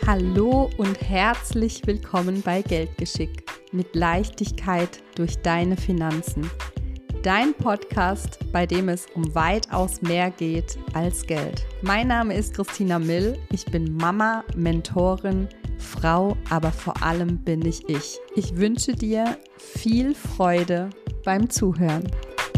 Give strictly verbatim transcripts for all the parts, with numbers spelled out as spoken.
Hallo und herzlich willkommen bei Geldgeschick mit Leichtigkeit durch deine Finanzen. Dein Podcast, bei dem es um weitaus mehr geht als Geld. Mein Name ist Christina Mill, ich bin Mama, Mentorin, Frau, aber vor allem bin ich ich. Ich wünsche dir viel Freude beim Zuhören.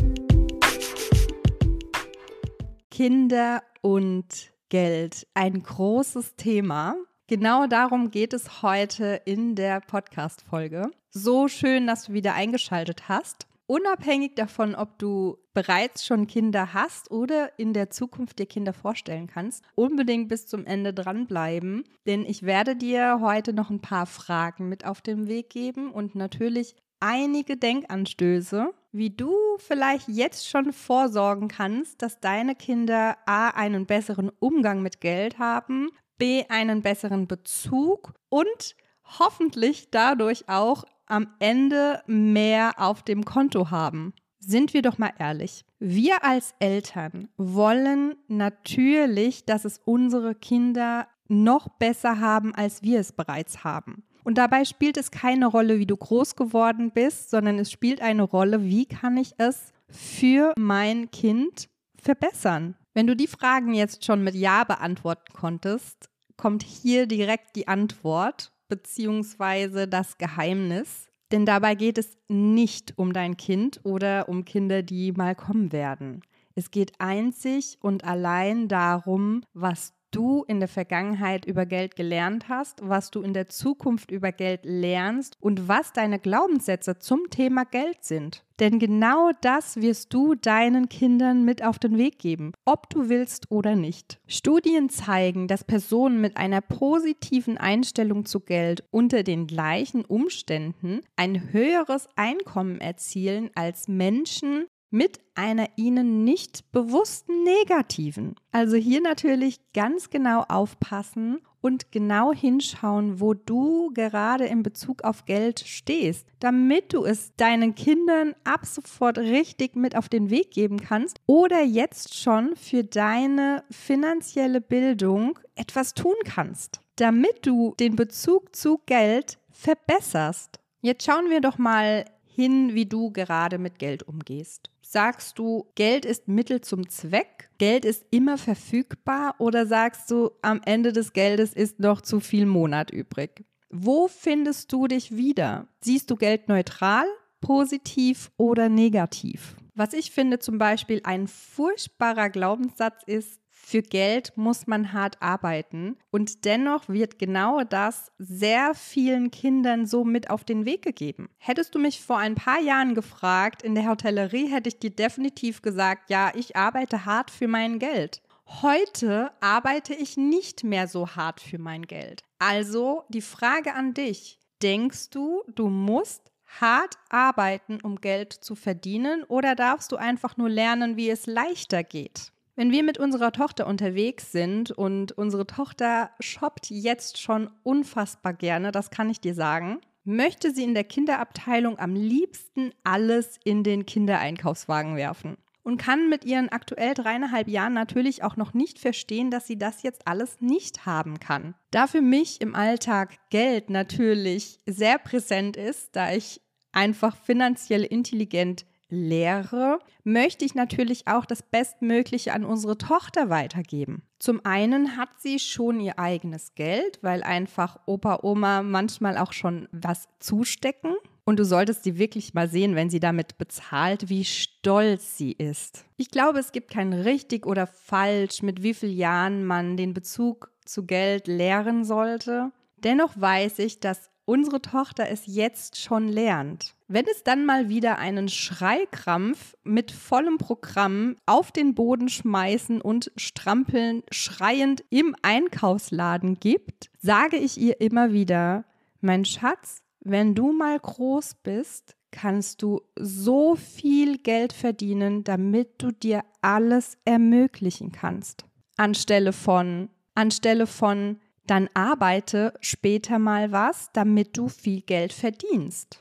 Kinder und Geld, ein großes Thema. Genau darum geht es heute in der Podcast-Folge. So schön, dass du wieder eingeschaltet hast. Unabhängig davon, ob du bereits schon Kinder hast oder in der Zukunft dir Kinder vorstellen kannst, unbedingt bis zum Ende dranbleiben, denn ich werde dir heute noch ein paar Fragen mit auf den Weg geben und natürlich einige Denkanstöße, wie du vielleicht jetzt schon vorsorgen kannst, dass deine Kinder a. einen besseren Umgang mit Geld haben, b. einen besseren Bezug und hoffentlich dadurch auch am Ende mehr auf dem Konto haben. Sind wir doch mal ehrlich. Wir als Eltern wollen natürlich, dass es unsere Kinder noch besser haben, als wir es bereits haben. Und dabei spielt es keine Rolle, wie du groß geworden bist, sondern es spielt eine Rolle, wie kann ich es für mein Kind verbessern. Wenn du die Fragen jetzt schon mit Ja beantworten konntest, kommt hier direkt die Antwort beziehungsweise das Geheimnis. Denn dabei geht es nicht um dein Kind oder um Kinder, die mal kommen werden. Es geht einzig und allein darum, was du in der Vergangenheit über Geld gelernt hast, was du in der Zukunft über Geld lernst und was deine Glaubenssätze zum Thema Geld sind. Denn genau das wirst du deinen Kindern mit auf den Weg geben, ob du willst oder nicht. Studien zeigen, dass Personen mit einer positiven Einstellung zu Geld unter den gleichen Umständen ein höheres Einkommen erzielen als Menschen mit einer ihnen nicht bewussten negativen. Also hier natürlich ganz genau aufpassen und genau hinschauen, wo du gerade in Bezug auf Geld stehst, damit du es deinen Kindern ab sofort richtig mit auf den Weg geben kannst oder jetzt schon für deine finanzielle Bildung etwas tun kannst, damit du den Bezug zu Geld verbesserst. Jetzt schauen wir doch mal hin, wie du gerade mit Geld umgehst. Sagst du, Geld ist Mittel zum Zweck? Geld ist immer verfügbar? Oder sagst du, am Ende des Geldes ist noch zu viel Monat übrig? Wo findest du dich wieder? Siehst du Geld neutral, positiv oder negativ? Was ich finde zum Beispiel ein furchtbarer Glaubenssatz ist, für Geld muss man hart arbeiten und dennoch wird genau das sehr vielen Kindern so mit auf den Weg gegeben. Hättest du mich vor ein paar Jahren gefragt, in der Hotellerie hätte ich dir definitiv gesagt, ja, ich arbeite hart für mein Geld. Heute arbeite ich nicht mehr so hart für mein Geld. Also die Frage an dich, denkst du, du musst hart arbeiten, um Geld zu verdienen oder darfst du einfach nur lernen, wie es leichter geht? Wenn wir mit unserer Tochter unterwegs sind und unsere Tochter shoppt jetzt schon unfassbar gerne, das kann ich dir sagen, möchte sie in der Kinderabteilung am liebsten alles in den Kindereinkaufswagen werfen und kann mit ihren aktuell dreieinhalb Jahren natürlich auch noch nicht verstehen, dass sie das jetzt alles nicht haben kann. Da für mich im Alltag Geld natürlich sehr präsent ist, da ich einfach finanziell intelligent lehre, möchte ich natürlich auch das Bestmögliche an unsere Tochter weitergeben. Zum einen hat sie schon ihr eigenes Geld, weil einfach Opa, Oma manchmal auch schon was zustecken. Und du solltest sie wirklich mal sehen, wenn sie damit bezahlt, wie stolz sie ist. Ich glaube, es gibt kein richtig oder falsch, mit wie vielen Jahren man den Bezug zu Geld lehren sollte. Dennoch weiß ich, dass unsere Tochter es jetzt schon lernt. Wenn es dann mal wieder einen Schreikrampf mit vollem Programm auf den Boden schmeißen und strampeln, schreiend im Einkaufsladen gibt, sage ich ihr immer wieder, mein Schatz, wenn du mal groß bist, kannst du so viel Geld verdienen, damit du dir alles ermöglichen kannst. Anstelle von, anstelle von, dann arbeite später mal was, damit du viel Geld verdienst.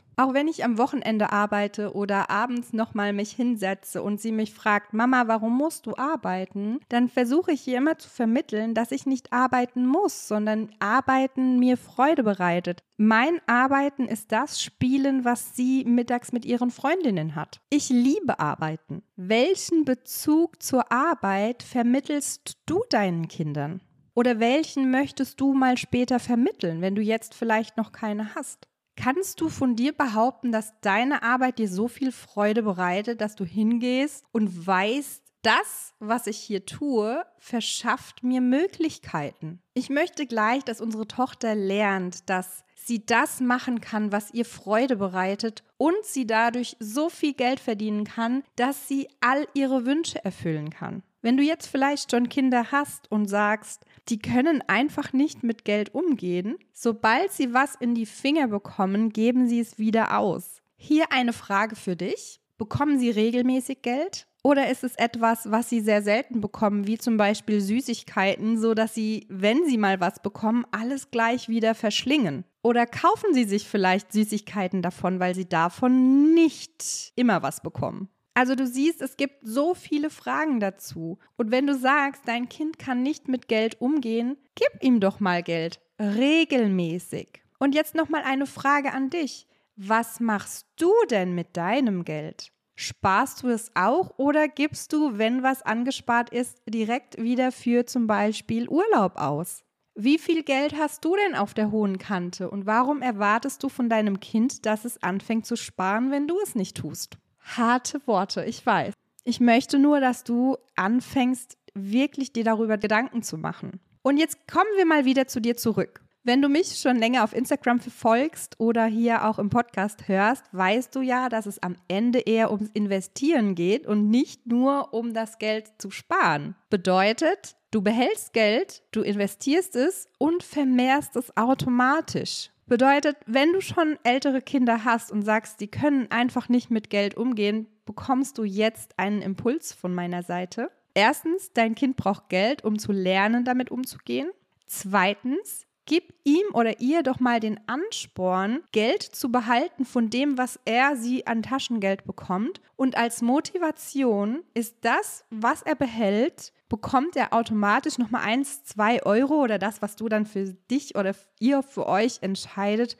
Auch wenn ich am Wochenende arbeite oder abends nochmal mich hinsetze und sie mich fragt, Mama, warum musst du arbeiten? Dann versuche ich ihr immer zu vermitteln, dass ich nicht arbeiten muss, sondern Arbeiten mir Freude bereitet. Mein Arbeiten ist das Spielen, was sie mittags mit ihren Freundinnen hat. Ich liebe Arbeiten. Welchen Bezug zur Arbeit vermittelst du deinen Kindern? Oder welchen möchtest du mal später vermitteln, wenn du jetzt vielleicht noch keine hast? Kannst du von dir behaupten, dass deine Arbeit dir so viel Freude bereitet, dass du hingehst und weißt, das, was ich hier tue, verschafft mir Möglichkeiten? Ich möchte gleich, dass unsere Tochter lernt, dass sie das machen kann, was ihr Freude bereitet und sie dadurch so viel Geld verdienen kann, dass sie all ihre Wünsche erfüllen kann. Wenn du jetzt vielleicht schon Kinder hast und sagst, die können einfach nicht mit Geld umgehen, sobald sie was in die Finger bekommen, geben sie es wieder aus. Hier eine Frage für dich. Bekommen sie regelmäßig Geld? Oder ist es etwas, was sie sehr selten bekommen, wie zum Beispiel Süßigkeiten, sodass sie, wenn sie mal was bekommen, alles gleich wieder verschlingen? Oder kaufen sie sich vielleicht Süßigkeiten davon, weil sie davon nicht immer was bekommen? Also du siehst, es gibt so viele Fragen dazu. Und wenn du sagst, dein Kind kann nicht mit Geld umgehen, gib ihm doch mal Geld, regelmäßig. Und jetzt nochmal eine Frage an dich. Was machst du denn mit deinem Geld? Sparst du es auch oder gibst du, wenn was angespart ist, direkt wieder für zum Beispiel Urlaub aus? Wie viel Geld hast du denn auf der hohen Kante und warum erwartest du von deinem Kind, dass es anfängt zu sparen, wenn du es nicht tust? Harte Worte, ich weiß. Ich möchte nur, dass du anfängst, wirklich dir darüber Gedanken zu machen. Und jetzt kommen wir mal wieder zu dir zurück. Wenn du mich schon länger auf Instagram verfolgst oder hier auch im Podcast hörst, weißt du ja, dass es am Ende eher ums Investieren geht und nicht nur um das Geld zu sparen. Bedeutet, du behältst Geld, du investierst es und vermehrst es automatisch. Bedeutet, wenn du schon ältere Kinder hast und sagst, die können einfach nicht mit Geld umgehen, bekommst du jetzt einen Impuls von meiner Seite. Erstens, dein Kind braucht Geld, um zu lernen, damit umzugehen. Zweitens, gib ihm oder ihr doch mal den Ansporn, Geld zu behalten von dem, was er, sie an Taschengeld bekommt. Und als Motivation ist das, was er behält, bekommt er automatisch nochmal eins, zwei Euro oder das, was du dann für dich oder ihr für euch entscheidet,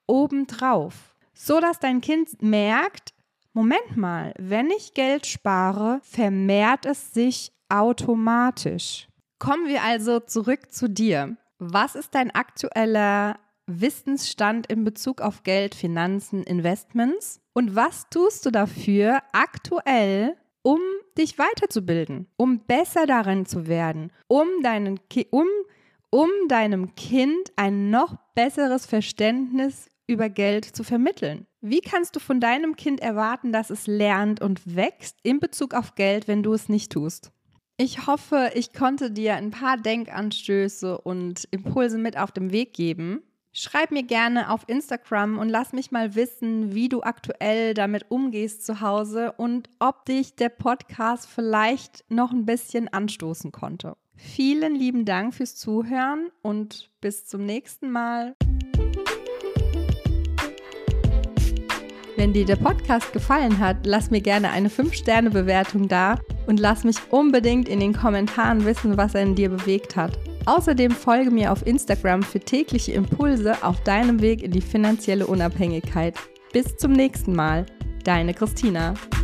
obendrauf. So dass dein Kind merkt, Moment mal, wenn ich Geld spare, vermehrt es sich automatisch. Kommen wir also zurück zu dir. Was ist dein aktueller Wissensstand in Bezug auf Geld, Finanzen, Investments? Und was tust du dafür aktuell, um dich weiterzubilden, um besser darin zu werden, um, deinen Ki- um, um deinem Kind ein noch besseres Verständnis über Geld zu vermitteln? Wie kannst du von deinem Kind erwarten, dass es lernt und wächst in Bezug auf Geld, wenn du es nicht tust? Ich hoffe, ich konnte dir ein paar Denkanstöße und Impulse mit auf den Weg geben. Schreib mir gerne auf Instagram und lass mich mal wissen, wie du aktuell damit umgehst zu Hause und ob dich der Podcast vielleicht noch ein bisschen anstoßen konnte. Vielen lieben Dank fürs Zuhören und bis zum nächsten Mal. Wenn dir der Podcast gefallen hat, lass mir gerne eine fünf Sterne Bewertung da und lass mich unbedingt in den Kommentaren wissen, was er in dir bewegt hat. Außerdem folge mir auf Instagram für tägliche Impulse auf deinem Weg in die finanzielle Unabhängigkeit. Bis zum nächsten Mal, deine Christina.